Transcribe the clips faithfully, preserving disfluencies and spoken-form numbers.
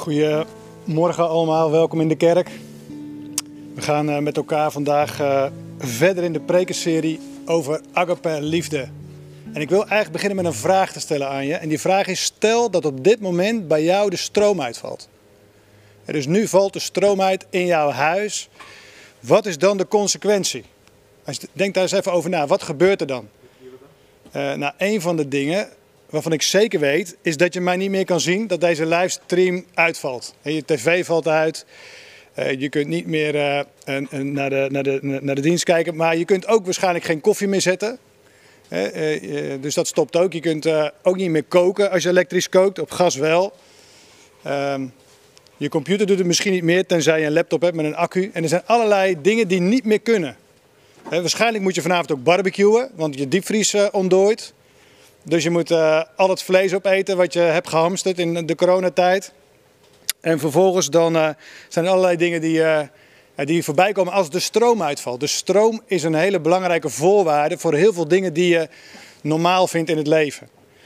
Goedemorgen allemaal, welkom in de kerk. We gaan uh, met elkaar vandaag uh, verder in de prekenserie over agape liefde. En ik wil eigenlijk beginnen met een vraag te stellen aan je. En die vraag is, stel dat op dit moment bij jou de stroom uitvalt. En dus nu valt de stroom uit in jouw huis. Wat is dan de consequentie? Denk daar eens even over na, wat gebeurt er dan? Uh, nou, een van de dingen waarvan ik zeker weet, is dat je mij niet meer kan zien, dat deze livestream uitvalt. Je tv valt uit, je kunt niet meer naar de, naar de, naar de dienst kijken, maar je kunt ook waarschijnlijk geen koffie meer zetten. Dus dat stopt ook. Je kunt ook niet meer koken als je elektrisch kookt, op gas wel. Je computer doet het misschien niet meer, tenzij je een laptop hebt met een accu. En er zijn allerlei dingen die niet meer kunnen. Waarschijnlijk moet je vanavond ook barbecuen, want je diepvries ontdooit. Dus je moet uh, al het vlees opeten wat je hebt gehamsterd in de coronatijd. En vervolgens dan uh, zijn er allerlei dingen die, uh, die voorbij komen als de stroom uitvalt. De stroom is een hele belangrijke voorwaarde voor heel veel dingen die je normaal vindt in het leven.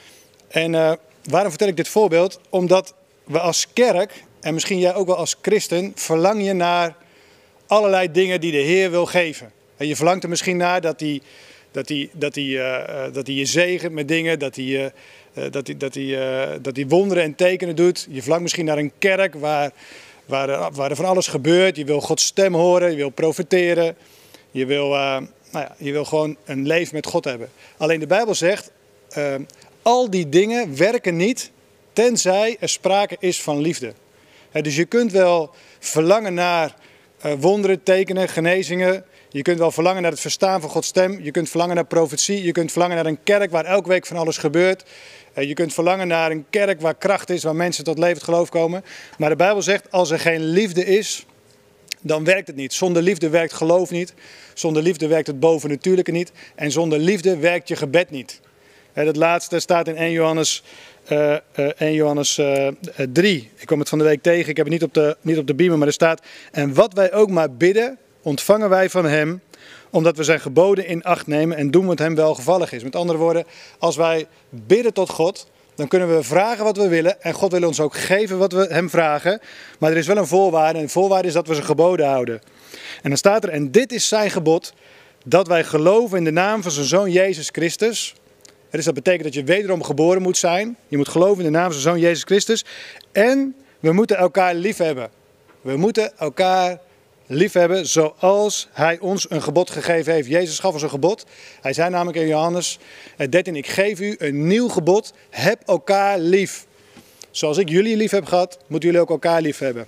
En uh, waarom vertel ik dit voorbeeld? Omdat we als kerk, en misschien jij ook wel als christen, verlang je naar allerlei dingen die de Heer wil geven. En je verlangt er misschien naar dat hij... Dat hij, dat, hij, uh, dat hij je zegent met dingen, dat hij, uh, dat, hij, dat, hij, uh, dat hij wonderen en tekenen doet. Je verlangt misschien naar een kerk waar, waar, er, waar er van alles gebeurt. Je wil Gods stem horen, je wil profeteren. Je wil, uh, nou ja, je wil gewoon een leven met God hebben. Alleen de Bijbel zegt, uh, al die dingen werken niet tenzij er sprake is van liefde. He, dus je kunt wel verlangen naar uh, wonderen, tekenen, genezingen. Je kunt wel verlangen naar het verstaan van Gods stem. Je kunt verlangen naar profetie. Je kunt verlangen naar een kerk waar elke week van alles gebeurt. Je kunt verlangen naar een kerk waar kracht is, waar mensen tot levend geloof komen. Maar de Bijbel zegt, als er geen liefde is, dan werkt het niet. Zonder liefde werkt geloof niet. Zonder liefde werkt het bovennatuurlijke niet. En zonder liefde werkt je gebed niet. Dat laatste staat in Eerste Johannes, uh, uh, Eerste Johannes uh, drie. Ik kwam het van de week tegen. Ik heb het niet op de, niet op de Bijbel, maar er staat, en wat wij ook maar bidden, ontvangen wij van hem, omdat we zijn geboden in acht nemen en doen wat hem welgevallig is. Met andere woorden, als wij bidden tot God, dan kunnen we vragen wat we willen. En God wil ons ook geven wat we hem vragen. Maar er is wel een voorwaarde. En de voorwaarde is dat we zijn geboden houden. En dan staat er, en dit is zijn gebod, dat wij geloven in de naam van zijn Zoon Jezus Christus. Dus dat betekent dat je wederom geboren moet zijn. Je moet geloven in de naam van zijn Zoon Jezus Christus. En we moeten elkaar lief hebben. We moeten elkaar liefhebben zoals hij ons een gebod gegeven heeft. Jezus gaf ons een gebod. Hij zei namelijk in Johannes dertien, ik geef u een nieuw gebod. Heb elkaar lief. Zoals ik jullie lief heb gehad, moeten jullie ook elkaar lief hebben.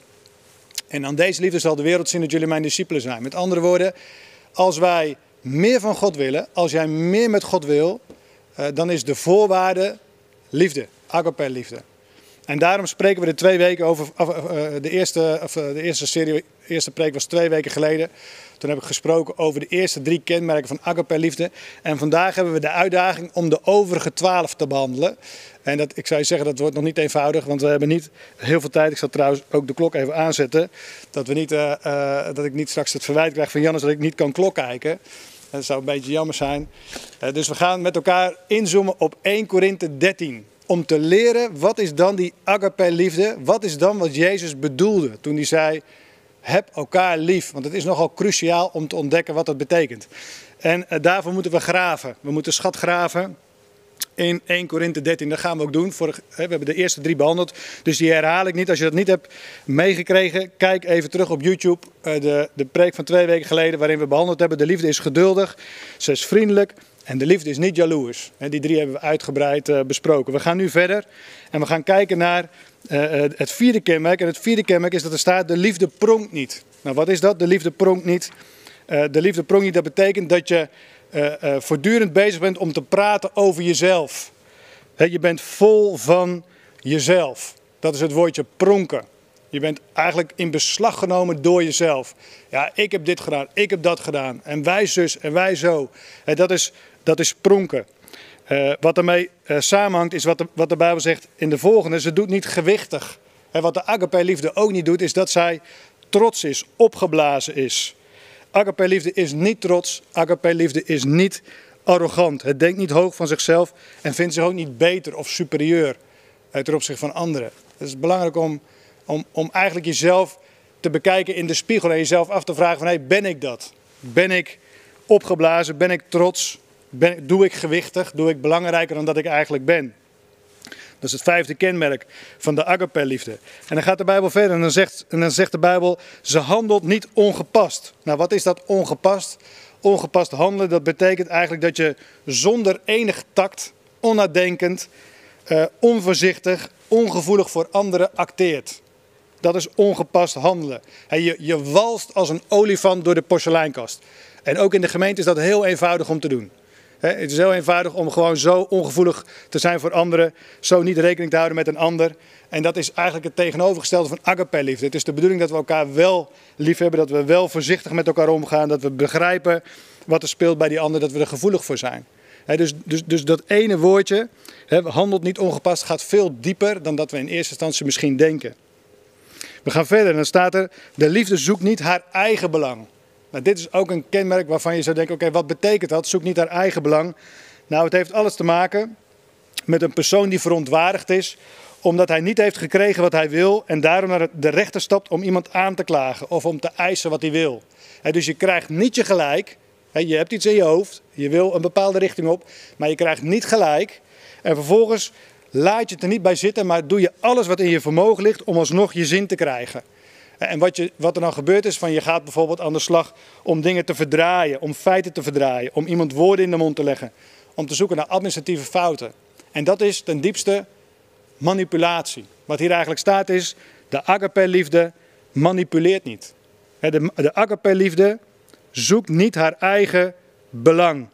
En aan deze liefde zal de wereld zien dat jullie mijn discipelen zijn. Met andere woorden, als wij meer van God willen, als jij meer met God wil, dan is de voorwaarde liefde, agape liefde. En daarom spreken we er twee weken over. De eerste, of de eerste serie, de eerste preek was twee weken geleden. Toen heb ik gesproken over de eerste drie kenmerken van agape liefde. En vandaag hebben we de uitdaging om de overige twaalf te behandelen. En dat, ik zou je zeggen, dat wordt nog niet eenvoudig, want we hebben niet heel veel tijd. Ik zal trouwens ook de klok even aanzetten. Dat, we niet, uh, uh, dat ik niet straks het verwijt krijg van Jannes dat ik niet kan klok kijken. Dat zou een beetje jammer zijn. Uh, dus we gaan met elkaar inzoomen op Eerste Korinthe dertien. Om te leren, wat is dan die agape liefde? Wat is dan wat Jezus bedoelde toen hij zei, heb elkaar lief. Want het is nogal cruciaal om te ontdekken wat dat betekent. En uh, daarvoor moeten we graven. We moeten schat graven in Eerste Korinthe dertien. Dat gaan we ook doen. Vorig, hè, we hebben de eerste drie behandeld. Dus die herhaal ik niet. Als je dat niet hebt meegekregen, kijk even terug op YouTube. Uh, de, de preek van twee weken geleden waarin we behandeld hebben. De liefde is geduldig. Ze is vriendelijk. En de liefde is niet jaloers. Die drie hebben we uitgebreid uh, besproken. We gaan nu verder en we gaan kijken naar uh, het vierde kenmerk. En het vierde kenmerk is dat er staat, de liefde pronkt niet. Nou, wat is dat? De liefde pronkt niet. Uh, de liefde pronkt niet, dat betekent dat je uh, uh, voortdurend bezig bent om te praten over jezelf. He, je bent vol van jezelf. Dat is het woordje pronken. Je bent eigenlijk in beslag genomen door jezelf. Ja, ik heb dit gedaan, ik heb dat gedaan. En wij zus en wij zo. He, dat is... Dat is pronken. Uh, wat daarmee uh, samenhangt is wat de, wat de Bijbel zegt in de volgende. Ze doet niet gewichtig. En wat de agape liefde ook niet doet, is dat zij trots is, opgeblazen is. Agape liefde is niet trots. Agape liefde is niet arrogant. Het denkt niet hoog van zichzelf en vindt zich ook niet beter of superieur uh, ten opzichte van anderen. Het is belangrijk om Om, om eigenlijk jezelf te bekijken in de spiegel en jezelf af te vragen van, hey, ben ik dat? Ben ik opgeblazen? Ben ik trots? Ben, doe ik gewichtig? Doe ik belangrijker dan dat ik eigenlijk ben? Dat is het vijfde kenmerk van de agape-liefde. En dan gaat de Bijbel verder en dan, zegt, en dan zegt de Bijbel, ze handelt niet ongepast. Nou, wat is dat ongepast? Ongepast handelen, dat betekent eigenlijk dat je zonder enig tact, onnadenkend, uh, onvoorzichtig, ongevoelig voor anderen acteert. Dat is ongepast handelen. He, je, je walst als een olifant door de porseleinkast. En ook in de gemeente is dat heel eenvoudig om te doen. He, het is heel eenvoudig om gewoon zo ongevoelig te zijn voor anderen. Zo niet rekening te houden met een ander. En dat is eigenlijk het tegenovergestelde van agape-liefde. Het is de bedoeling dat we elkaar wel lief hebben. Dat we wel voorzichtig met elkaar omgaan. Dat we begrijpen wat er speelt bij die ander. Dat we er gevoelig voor zijn. He, dus, dus, dus dat ene woordje, he, handelt niet ongepast, gaat veel dieper dan dat we in eerste instantie misschien denken. We gaan verder en dan staat er, de liefde zoekt niet haar eigen belang. Nou, dit is ook een kenmerk waarvan je zou denken, oké, okay, wat betekent dat? Zoek niet haar eigen belang. Nou, het heeft alles te maken met een persoon die verontwaardigd is, omdat hij niet heeft gekregen wat hij wil en daarom naar de rechter stapt om iemand aan te klagen of om te eisen wat hij wil. He, dus je krijgt niet je gelijk, he, je hebt iets in je hoofd, je wil een bepaalde richting op, maar je krijgt niet gelijk en vervolgens laat je het er niet bij zitten, maar doe je alles wat in je vermogen ligt om alsnog je zin te krijgen. En wat, je, wat er dan gebeurt is, van je gaat bijvoorbeeld aan de slag om dingen te verdraaien, om feiten te verdraaien, om iemand woorden in de mond te leggen, om te zoeken naar administratieve fouten. En dat is ten diepste manipulatie. Wat hier eigenlijk staat is, de agape-liefde manipuleert niet. De, de agape-liefde zoekt niet haar eigen belang.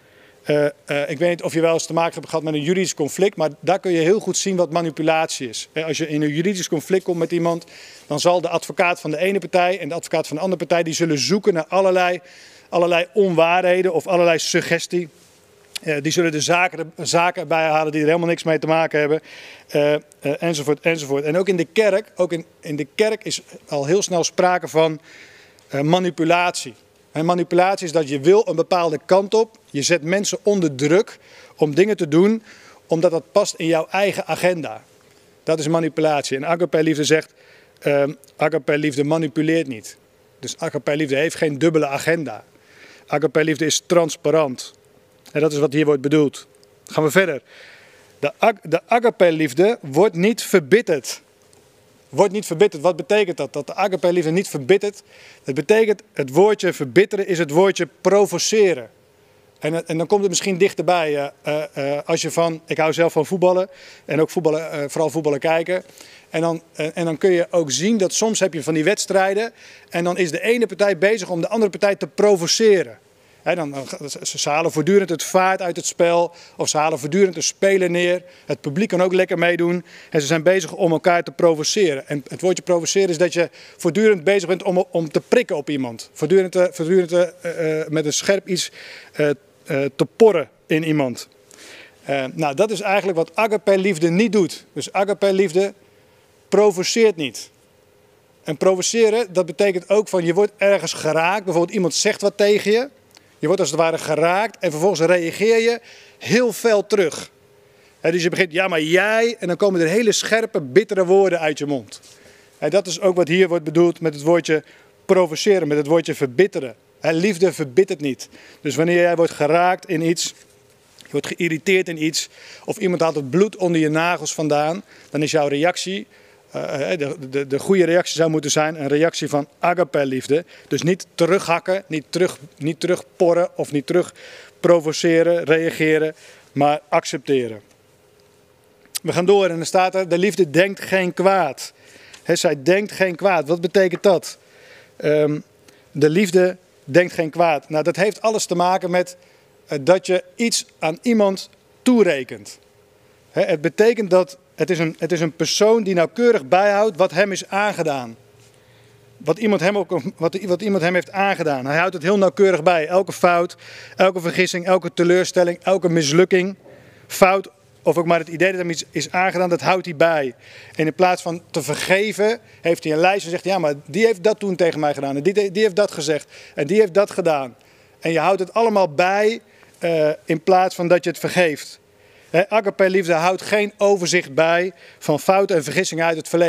Uh, uh, ik weet niet of je wel eens te maken hebt gehad met een juridisch conflict, maar daar kun je heel goed zien wat manipulatie is. Als je in een juridisch conflict komt met iemand, dan zal de advocaat van de ene partij en de advocaat van de andere partij, die zullen zoeken naar allerlei, allerlei onwaarheden of allerlei suggestie. Uh, die zullen de zaken, de zaken erbij halen die er helemaal niks mee te maken hebben, uh, uh, enzovoort, enzovoort. En ook in de kerk, ook in, in de kerk is al heel snel sprake van uh, manipulatie. En manipulatie is dat je wil een bepaalde kant op. Je zet mensen onder druk om dingen te doen, omdat dat past in jouw eigen agenda. Dat is manipulatie. En agape-liefde zegt, uh, agape-liefde manipuleert niet. Dus agape-liefde heeft geen dubbele agenda. Agape-liefde is transparant. En dat is wat hier wordt bedoeld. Gaan we verder. De, de agape-liefde wordt niet verbitterd. Wordt niet verbitterd. Wat betekent dat? Dat de agape-liefde niet verbittert. Het betekent, het woordje verbitteren is het woordje provoceren. En, en dan komt het misschien dichterbij. Uh, uh, uh, als je van, ik hou zelf van voetballen. En ook voetballen, uh, vooral voetballen kijken. En dan, uh, en dan kun je ook zien dat soms heb je van die wedstrijden. En dan is de ene partij bezig om de andere partij te provoceren. He, dan, ze halen voortdurend het vaart uit het spel. Of ze halen voortdurend de speler neer. Het publiek kan ook lekker meedoen. En ze zijn bezig om elkaar te provoceren. En het woordje provoceren is dat je voortdurend bezig bent om, om te prikken op iemand. Voortdurend, uh, voortdurend uh, uh, met een scherp iets uh, uh, te porren in iemand. Uh, nou, dat is eigenlijk wat agape-liefde niet doet. Dus agape-liefde provoceert niet. En provoceren, dat betekent ook van je wordt ergens geraakt. Bijvoorbeeld iemand zegt wat tegen je. Je wordt als het ware geraakt en vervolgens reageer je heel fel terug. He, dus je begint, ja maar jij, en dan komen er hele scherpe, bittere woorden uit je mond. En dat is ook wat hier wordt bedoeld met het woordje provoceren, met het woordje verbitteren. He, liefde verbittert niet. Dus wanneer jij wordt geraakt in iets, je wordt geïrriteerd in iets, of iemand haalt het bloed onder je nagels vandaan, dan is jouw reactie, uh, de, de, de goede reactie zou moeten zijn een reactie van agape-liefde. Dus niet terughakken, niet, terug, niet terugporren of niet terug provoceren, reageren, maar accepteren. We gaan door en dan staat er, de liefde denkt geen kwaad. He, zij denkt geen kwaad. Wat betekent dat? Um, de liefde denkt geen kwaad. Nou, dat heeft alles te maken met uh, dat je iets aan iemand toerekent. He, het betekent dat het is, een, het is een persoon die nauwkeurig bijhoudt wat hem is aangedaan. Wat iemand, hem ook, wat, wat iemand hem heeft aangedaan. Hij houdt het heel nauwkeurig bij. Elke fout, elke vergissing, elke teleurstelling, elke mislukking, fout of ook maar het idee dat hem iets is aangedaan, dat houdt hij bij. En in plaats van te vergeven, heeft hij een lijst en zegt, ja, maar die heeft dat toen tegen mij gedaan. En die, die heeft dat gezegd. En die heeft dat gedaan. En je houdt het allemaal bij uh, in plaats van dat je het vergeeft. Agape-liefde houdt geen overzicht bij van fouten en vergissingen uit het verleden.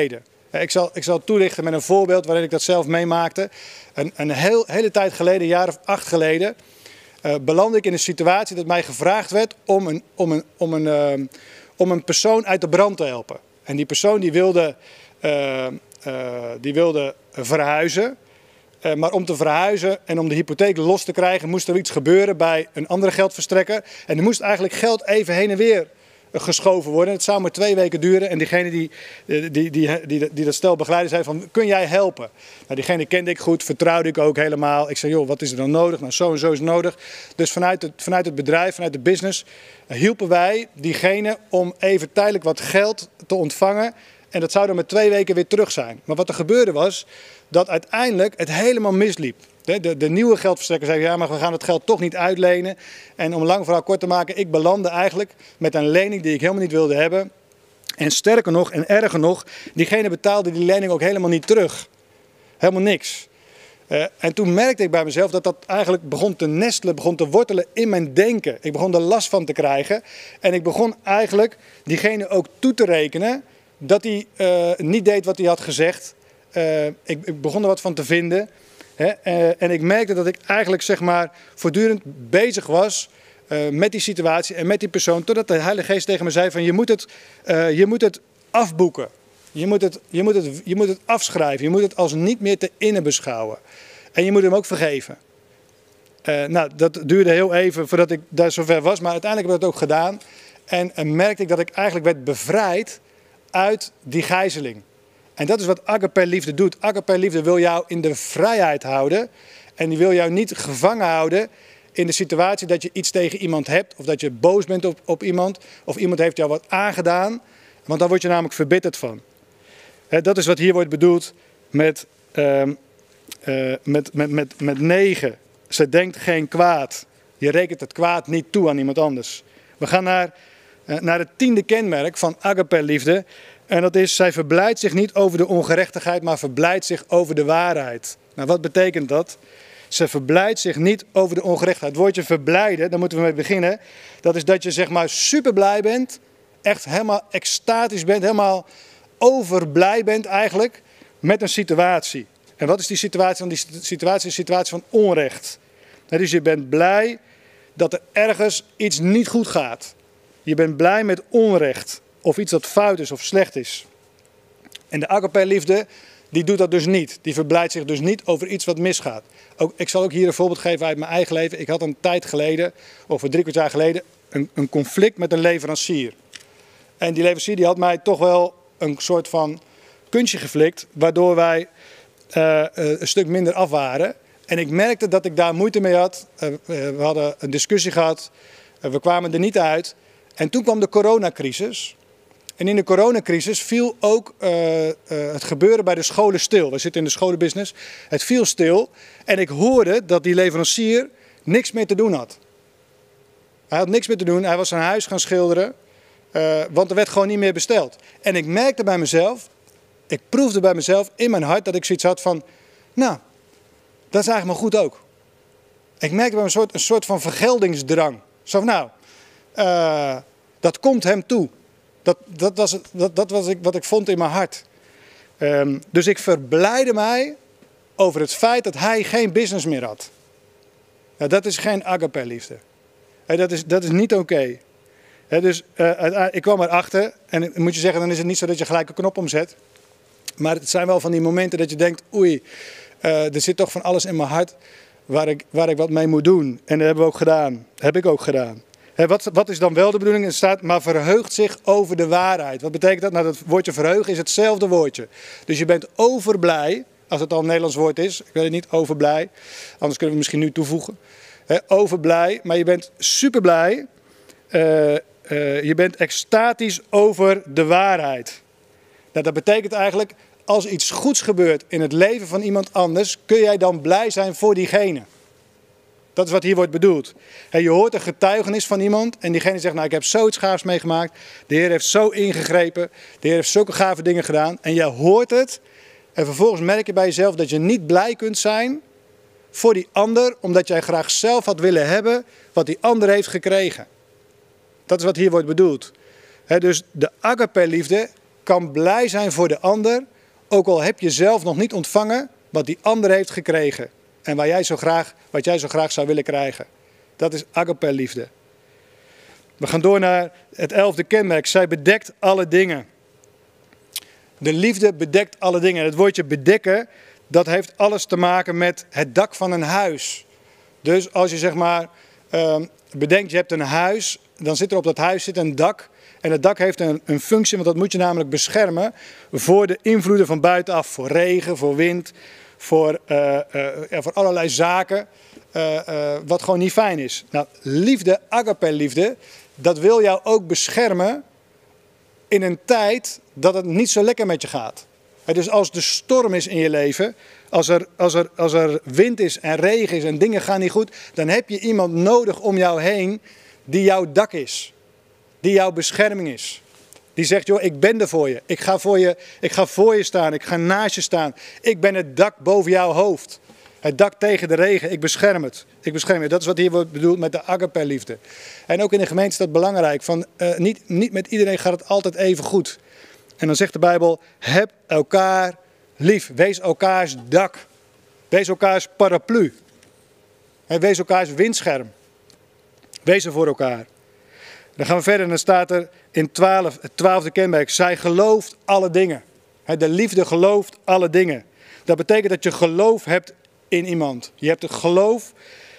Ik zal, ik zal toelichten met een voorbeeld waarin ik dat zelf meemaakte. Een, een heel, hele tijd geleden, een jaar of acht geleden, uh, belandde ik in een situatie dat mij gevraagd werd om een, om een, om een, uh, om een persoon uit de brand te helpen. En die persoon die wilde, uh, uh, die wilde verhuizen. Uh, maar om te verhuizen en om de hypotheek los te krijgen moest er iets gebeuren bij een andere geldverstrekker. En er moest eigenlijk geld even heen en weer geschoven worden. Het zou maar twee weken duren en diegene die, die, die, die, die, die dat stel begeleidde zei van, kun jij helpen? Nou, diegene kende ik goed, vertrouwde ik ook helemaal. Ik zei, joh, wat is er dan nodig? Nou, zo en zo is nodig. Dus vanuit het, vanuit het bedrijf, vanuit de business, hielpen wij diegene om even tijdelijk wat geld te ontvangen. En dat zou dan met twee weken weer terug zijn. Maar wat er gebeurde was, dat uiteindelijk het helemaal misliep. De, de, de nieuwe geldverstrekker zei, ja, maar we gaan het geld toch niet uitlenen. En om lang verhaal kort te maken, ik belandde eigenlijk met een lening die ik helemaal niet wilde hebben. En sterker nog, en erger nog, diegene betaalde die lening ook helemaal niet terug. Helemaal niks. Uh, en toen merkte ik bij mezelf dat dat eigenlijk begon te nestelen, begon te wortelen in mijn denken. Ik begon er last van te krijgen. En ik begon eigenlijk diegene ook toe te rekenen dat hij uh, niet deed wat hij had gezegd. Uh, ik, ik begon er wat van te vinden. Hè? Uh, en ik merkte dat ik eigenlijk zeg maar voortdurend bezig was uh, met die situatie en met die persoon. Totdat de Heilige Geest tegen me zei van je moet het, uh, je moet het afboeken. Je moet het, je, moet het, je moet het afschrijven. Je moet het als niet meer te innen beschouwen. En je moet hem ook vergeven. Uh, nou, dat duurde heel even voordat ik daar zover was. Maar uiteindelijk heb ik dat ook gedaan. En, en merkte ik dat ik eigenlijk werd bevrijd uit die gijzeling. En dat is wat agape liefde doet. Agape liefde wil jou in de vrijheid houden. En die wil jou niet gevangen houden in de situatie dat je iets tegen iemand hebt. Of dat je boos bent op, op iemand. Of iemand heeft jou wat aangedaan. Want daar word je namelijk verbitterd van. He, dat is wat hier wordt bedoeld met, uh, uh, met, met, met, met negen. Ze denkt geen kwaad. Je rekent het kwaad niet toe aan iemand anders. We gaan naar, uh, naar het tiende kenmerk van agape liefde. En dat is, zij verblijdt zich niet over de ongerechtigheid, maar verblijdt zich over de waarheid. Nou, wat betekent dat? Ze verblijdt zich niet over de ongerechtigheid. Het woordje verblijden, daar moeten we mee beginnen. Dat is dat je zeg maar super blij bent. Echt helemaal extatisch bent. Helemaal overblij bent eigenlijk met een situatie. En wat is die situatie? Die situatie is een situatie van onrecht. Dus je bent blij dat er ergens iets niet goed gaat. Je bent blij met onrecht. Of iets dat fout is of slecht is. En de agape liefde, die doet dat dus niet. Die verblijdt zich dus niet over iets wat misgaat. Ook, ik zal ook hier een voorbeeld geven uit mijn eigen leven. Ik had een tijd geleden, of drie kwart jaar geleden, een, een conflict met een leverancier. En die leverancier die had mij toch wel een soort van kunstje geflikt, waardoor wij uh, een stuk minder af waren. En ik merkte dat ik daar moeite mee had. Uh, we hadden een discussie gehad. Uh, we kwamen er niet uit. En toen kwam de coronacrisis. En in de coronacrisis viel ook uh, uh, het gebeuren bij de scholen stil. We zitten in de scholenbusiness. Het viel stil. En ik hoorde dat die leverancier niks meer te doen had. Hij had niks meer te doen. Hij was zijn huis gaan schilderen. Uh, want er werd gewoon niet meer besteld. En ik merkte bij mezelf, ik proefde bij mezelf in mijn hart dat ik zoiets had van, nou, dat is eigenlijk maar goed ook. Ik merkte bij me een soort, een soort van vergeldingsdrang. Zo van, nou, uh, dat komt hem toe. Dat, dat, was, het, dat, dat was ik, wat ik vond in mijn hart. Um, dus ik verblijde mij over het feit dat hij geen business meer had. Nou, dat is geen agape liefde. Hey, dat, is, dat is niet oké. Okay. He, dus uh, ik kwam erachter, en moet je zeggen, dan is het niet zo dat je gelijk een knop omzet. Maar het zijn wel van die momenten dat je denkt, oei, uh, er zit toch van alles in mijn hart waar ik, waar ik wat mee moet doen. En dat hebben we ook gedaan. Dat heb ik ook gedaan. He, wat, wat is dan wel de bedoeling? Er staat, maar verheugt zich over de waarheid. Wat betekent dat? Nou, dat woordje verheugen is hetzelfde woordje. Dus je bent overblij, als het al een Nederlands woord is. Ik weet het niet, overblij. Anders kunnen we misschien nu toevoegen. He, overblij, maar je bent superblij. Uh, Uh, je bent extatisch over de waarheid. Nou, dat betekent eigenlijk, als iets goeds gebeurt in het leven van iemand anders, kun jij dan blij zijn voor diegene. Dat is wat hier wordt bedoeld. Hey, je hoort een getuigenis van iemand en diegene zegt, nou, ik heb zoiets gaafs meegemaakt. De Heer heeft zo ingegrepen. De Heer heeft zulke gave dingen gedaan. En jij hoort het en vervolgens merk je bij jezelf dat je niet blij kunt zijn voor die ander, omdat jij graag zelf had willen hebben wat die ander heeft gekregen. Dat is wat hier wordt bedoeld. He, dus de agape liefde kan blij zijn voor de ander, Ook al heb je zelf nog niet ontvangen wat die ander heeft gekregen. En waar jij zo graag, wat jij zo graag zou willen krijgen. Dat is agape liefde. We gaan door naar het elfde kenmerk. Zij bedekt alle dingen. De liefde bedekt alle dingen. Het woordje bedekken, dat heeft alles te maken met het dak van een huis. Dus als je zeg maar uh, bedenkt, je hebt een huis, dan zit er op dat huis zit een dak. En het dak heeft een, een functie, want dat moet je namelijk beschermen voor de invloeden van buitenaf. Voor regen, voor wind, voor, uh, uh, ja, voor allerlei zaken, uh, uh, wat gewoon niet fijn is. Nou, liefde, agape liefde, dat wil jou ook beschermen in een tijd dat het niet zo lekker met je gaat. Dus als de storm is in je leven, als er, als, er, als er wind is en regen is en dingen gaan niet goed, dan heb je iemand nodig om jou heen die jouw dak is. Die jouw bescherming is. Die zegt, joh, ik ben er voor je. Ik ga voor je, ik ga voor je staan. Ik ga naast je staan. Ik ben het dak boven jouw hoofd. Het dak tegen de regen. Ik bescherm het. Ik bescherm het. Dat is wat hier wordt bedoeld met de agape liefde. En ook in de gemeente is dat belangrijk. Van, uh, niet, niet met iedereen gaat het altijd even goed. En dan zegt de Bijbel, heb elkaar lief. Wees elkaars dak. Wees elkaars paraplu. En wees elkaars windscherm. Wees er voor elkaar. Dan gaan we verder en dan staat er in twaalf, het twaalfde kenmerk. Zij gelooft alle dingen. De liefde gelooft alle dingen. Dat betekent dat je geloof hebt in iemand. Je hebt het geloof,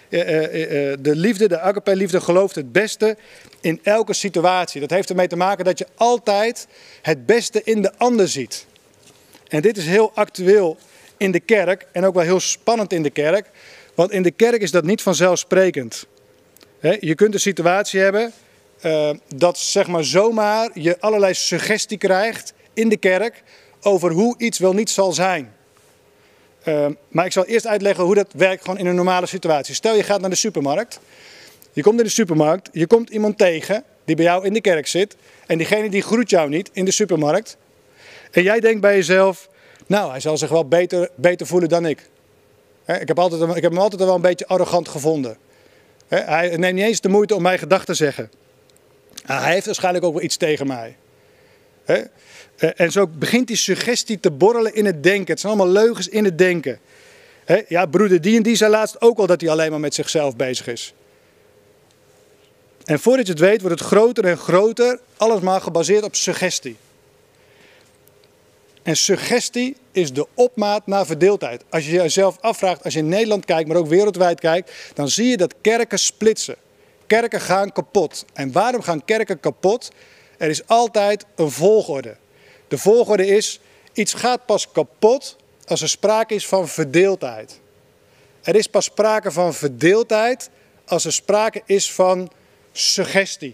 de liefde, de agape liefde gelooft het beste in elke situatie. Dat heeft ermee te maken dat je altijd het beste in de ander ziet. En dit is heel actueel in de kerk en ook wel heel spannend in de kerk. Want in de kerk is dat niet vanzelfsprekend. Je kunt een situatie hebben uh, dat zeg maar zomaar je allerlei suggestie krijgt in de kerk over hoe iets wel niet zal zijn. Uh, maar ik zal eerst uitleggen hoe dat werkt gewoon in een normale situatie. Stel je gaat naar de supermarkt. Je komt in de supermarkt, je komt iemand tegen die bij jou in de kerk zit. En diegene die groet jou niet in de supermarkt. En jij denkt bij jezelf, nou hij zal zich wel beter, beter voelen dan ik. He, ik, heb altijd, ik heb hem altijd wel een beetje arrogant gevonden. He, hij neemt niet eens de moeite om mij gedag te zeggen. Hij heeft waarschijnlijk ook wel iets tegen mij. He? En zo begint die suggestie te borrelen in het denken. Het zijn allemaal leugens in het denken. He? Ja, broeder die en die zei laatst ook al dat hij alleen maar met zichzelf bezig is. En voordat je het weet wordt het groter en groter. Alles maar gebaseerd op suggestie. En suggestie is de opmaat naar verdeeldheid. Als je jezelf afvraagt, als je in Nederland kijkt, maar ook wereldwijd kijkt, dan zie je dat kerken splitsen. Kerken gaan kapot. En waarom gaan kerken kapot? Er is altijd een volgorde. De volgorde is, iets gaat pas kapot als er sprake is van verdeeldheid. Er is pas sprake van verdeeldheid als er sprake is van suggestie.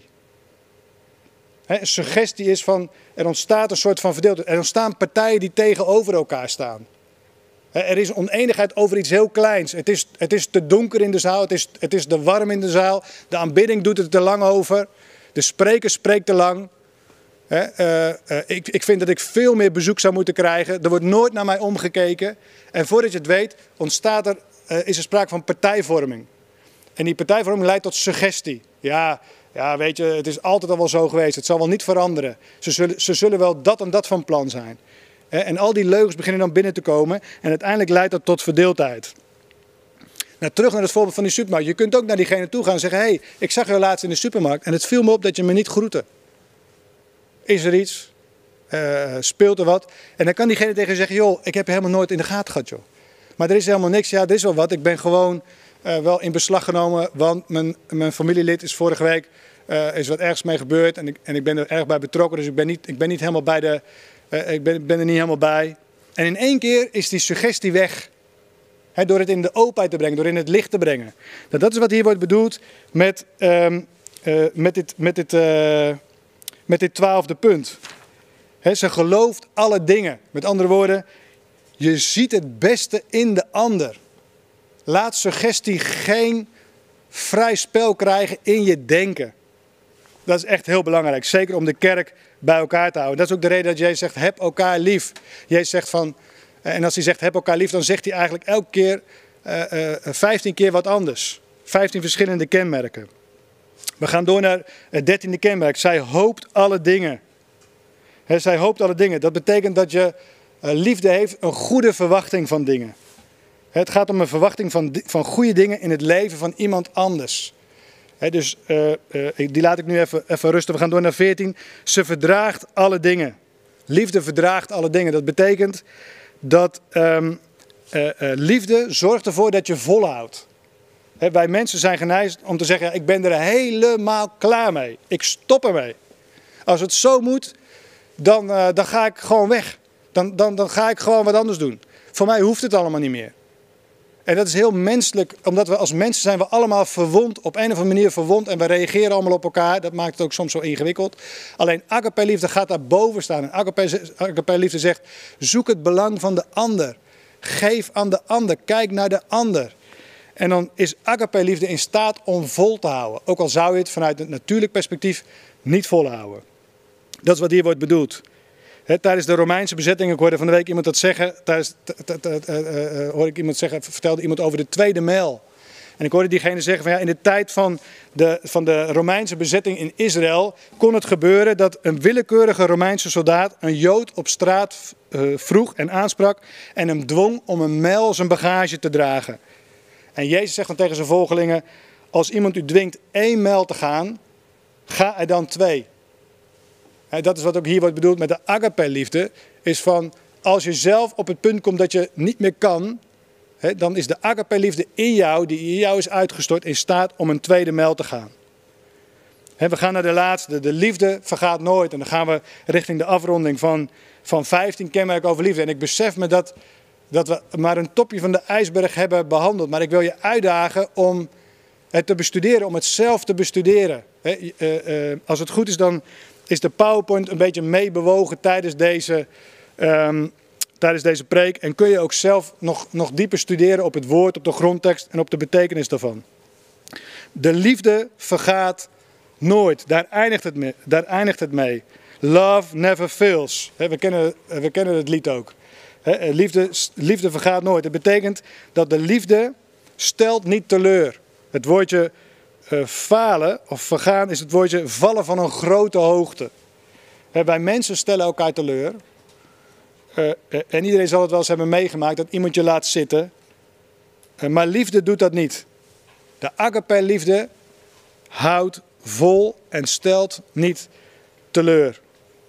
He, suggestie is van, er ontstaat een soort van verdeeldheid. Er ontstaan partijen die tegenover elkaar staan. He, er is oneenigheid over iets heel kleins. Het is, het is te donker in de zaal, het is, het is te warm in de zaal. De aanbidding doet het te lang over. De spreker spreekt te lang. He, uh, uh, ik, ik vind dat ik veel meer bezoek zou moeten krijgen. Er wordt nooit naar mij omgekeken. En voordat je het weet, ontstaat er, uh, is er sprake van partijvorming. En die partijvorming leidt tot suggestie. Ja... Ja, weet je, het is altijd al wel zo geweest. Het zal wel niet veranderen. Ze zullen, ze zullen wel dat en dat van plan zijn. En al die leugens beginnen dan binnen te komen. En uiteindelijk leidt dat tot verdeeldheid. Nou, terug naar het voorbeeld van die supermarkt. Je kunt ook naar diegene toe gaan en zeggen, hé, hey, ik zag jou laatst in de supermarkt en het viel me op dat je me niet groette. Is er iets? Uh, speelt er wat? En dan kan diegene tegen je zeggen, joh, ik heb je helemaal nooit in de gaten gehad, joh. Maar er is helemaal niks. Ja, er is wel wat. Ik ben gewoon uh, wel in beslag genomen, want mijn, mijn familielid is vorige week... Uh, is wat ergens mee gebeurd en ik, en ik ben er erg bij betrokken, dus ik ben niet, ik ben niet helemaal bij de, uh, ik ben, ben er niet helemaal bij. En in één keer is die suggestie weg. He, door het in de openheid te brengen, door in het licht te brengen. Nou, dat is wat hier wordt bedoeld met, um, uh, met, dit, met, dit, uh, met dit twaalfde punt. He, ze gelooft alle dingen. Met andere woorden, je ziet het beste in de ander. Laat suggestie geen vrij spel krijgen in je denken. Dat is echt heel belangrijk. Zeker om de kerk bij elkaar te houden. Dat is ook de reden dat Jezus zegt, heb elkaar lief. Jezus zegt van, en als hij zegt, heb elkaar lief, dan zegt hij eigenlijk elke keer uh, uh, vijftien keer wat anders. vijftien verschillende kenmerken. We gaan door naar het dertiende kenmerk. Zij hoopt alle dingen. He, zij hoopt alle dingen. Dat betekent dat je Uh, liefde heeft een goede verwachting van dingen. Het gaat om een verwachting van, van goede dingen in het leven van iemand anders. He, dus uh, uh, die laat ik nu even, even rusten. We gaan door naar veertien. Ze verdraagt alle dingen. Liefde verdraagt alle dingen. Dat betekent dat um, uh, uh, liefde zorgt ervoor dat je volhoudt. He, wij mensen zijn geneigd om te zeggen, ja, ik ben er helemaal klaar mee. Ik stop ermee. Als het zo moet, dan, uh, dan ga ik gewoon weg. Dan, dan, dan ga ik gewoon wat anders doen. Voor mij hoeft het allemaal niet meer. En dat is heel menselijk, omdat we als mensen zijn we allemaal verwond, op een of andere manier verwond. En we reageren allemaal op elkaar. Dat maakt het ook soms zo ingewikkeld. Alleen agape-liefde gaat daar boven staan. En agape-liefde zegt, zoek het belang van de ander. Geef aan de ander. Kijk naar de ander. En dan is agape-liefde in staat om vol te houden. Ook al zou je het vanuit het natuurlijk perspectief niet volhouden. Dat is wat hier wordt bedoeld. He, tijdens de Romeinse bezetting, ik hoorde van de week iemand dat zeggen, tijdens, t, t, t, t, uh, uh, hoorde ik iemand zeggen, vertelde iemand over de tweede mijl. En ik hoorde diegene zeggen van ja, in de tijd van de, van de Romeinse bezetting in Israël kon het gebeuren dat een willekeurige Romeinse soldaat een Jood op straat uh, vroeg en aansprak en hem dwong om een mijl zijn bagage te dragen. En Jezus zegt dan tegen zijn volgelingen, als iemand u dwingt één mijl te gaan, ga er dan twee. En dat is wat ook hier wordt bedoeld met de agape-liefde. Is van, als je zelf op het punt komt dat je niet meer kan, hè, dan is de agape-liefde in jou, die in jou is uitgestort, in staat om een tweede mijl te gaan. Hè, we gaan naar de laatste. De liefde vergaat nooit. En dan gaan we richting de afronding van, van vijftien kenmerken over liefde. En ik besef me dat, dat we maar een topje van de ijsberg hebben behandeld. Maar ik wil je uitdagen om het te bestuderen, om het zelf te bestuderen. Hè, uh, uh, als het goed is, dan is de PowerPoint een beetje meebewogen tijdens deze, um, tijdens deze preek. En kun je ook zelf nog, nog dieper studeren op het woord, op de grondtekst en op de betekenis daarvan. De liefde vergaat nooit. Daar eindigt het mee. Daar eindigt het mee. Love never fails. He, we, kennen, we kennen het lied ook. He, liefde, liefde vergaat nooit. Het betekent dat de liefde stelt niet teleur. Het woordje Uh, falen of vergaan is het woordje vallen van een grote hoogte. He, wij mensen stellen elkaar teleur. Uh, uh, en iedereen zal het wel eens hebben meegemaakt dat iemand je laat zitten. Uh, maar liefde doet dat niet. De agape-liefde houdt vol en stelt niet teleur.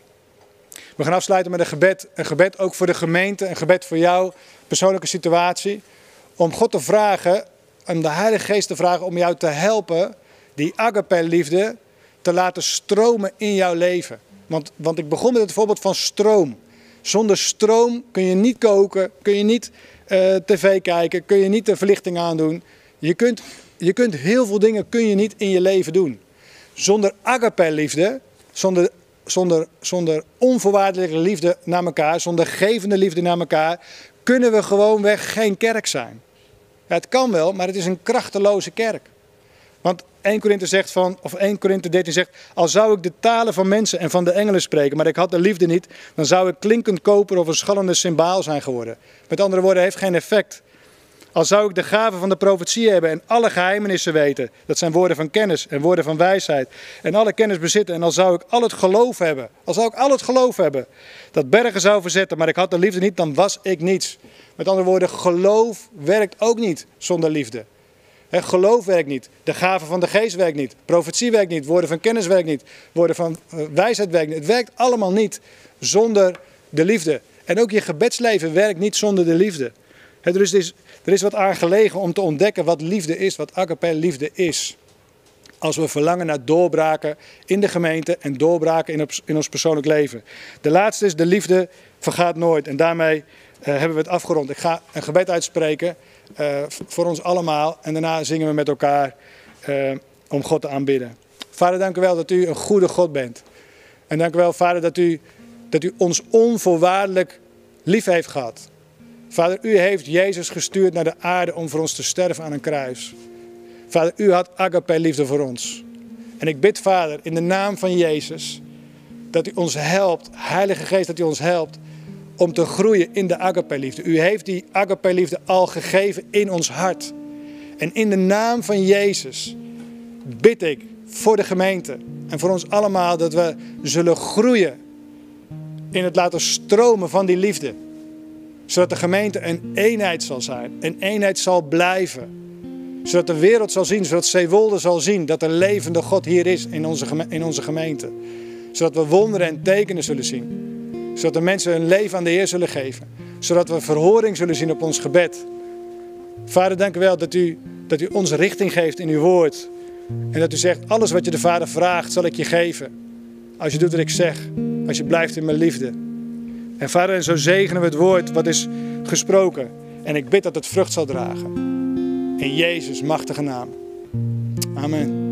We gaan afsluiten met een gebed. Een gebed ook voor de gemeente. Een gebed voor jouw persoonlijke situatie. Om God te vragen, om de Heilige Geest te vragen om jou te helpen die agape-liefde te laten stromen in jouw leven. Want, want ik begon met het voorbeeld van stroom. Zonder stroom kun je niet koken, kun je niet uh, tv kijken, kun je niet de verlichting aandoen. Je kunt, je kunt heel veel dingen kun je niet in je leven doen. Zonder agape-liefde, zonder, zonder, zonder onvoorwaardelijke liefde naar elkaar, zonder gevende liefde naar elkaar, kunnen we gewoonweg geen kerk zijn. Ja, het kan wel, maar het is een krachteloze kerk. Want Eerste Korinthe zegt van, of Eerste Korinthe dertien zegt, al zou ik de talen van mensen en van de engelen spreken, maar ik had de liefde niet, dan zou ik klinkend koper of een schallende cymbaal zijn geworden. Met andere woorden, het heeft geen effect. Al zou ik de gave van de profetie hebben en alle geheimenissen weten, dat zijn woorden van kennis en woorden van wijsheid, en alle kennis bezitten, en al zou ik al het geloof hebben, al zou ik al het geloof hebben, dat bergen zou verzetten, maar ik had de liefde niet, dan was ik niets. Met andere woorden, geloof werkt ook niet zonder liefde. He, geloof werkt niet. De gave van de geest werkt niet. Profetie werkt niet. Woorden van kennis werkt niet. Woorden van uh, wijsheid werkt niet. Het werkt allemaal niet zonder de liefde. En ook je gebedsleven werkt niet zonder de liefde. He, er, is, er is wat aan gelegen om te ontdekken wat liefde is, wat agape-liefde is. Als we verlangen naar doorbraken in de gemeente en doorbraken in, op, in ons persoonlijk leven. De laatste is, de liefde vergaat nooit. En daarmee uh, hebben we het afgerond. Ik ga een gebed uitspreken uh, voor ons allemaal. En daarna zingen we met elkaar uh, om God te aanbidden. Vader, dank u wel dat u een goede God bent. En dank u wel, Vader, dat u, dat u ons onvoorwaardelijk lief heeft gehad. Vader, u heeft Jezus gestuurd naar de aarde om voor ons te sterven aan een kruis. Vader, u had agape-liefde voor ons. En ik bid, Vader, in de naam van Jezus, dat u ons helpt, Heilige Geest, dat u ons helpt om te groeien in de agape-liefde. U heeft die agape-liefde al gegeven in ons hart. En in de naam van Jezus bid ik voor de gemeente en voor ons allemaal dat we zullen groeien in het laten stromen van die liefde. Zodat de gemeente een eenheid zal zijn. Een eenheid zal blijven. Zodat de wereld zal zien, zodat Zeewolde zal zien dat de levende God hier is in onze, in onze gemeente. Zodat we wonderen en tekenen zullen zien. Zodat de mensen hun leven aan de Heer zullen geven. Zodat we verhoring zullen zien op ons gebed. Vader, dank u wel dat u, dat u ons richting geeft in uw woord. En dat u zegt, alles wat je de Vader vraagt, zal ik je geven. Als je doet wat ik zeg. Als je blijft in mijn liefde. En Vader, en zo zegenen we het woord wat is gesproken. En ik bid dat het vrucht zal dragen. In Jezus' machtige naam. Amen.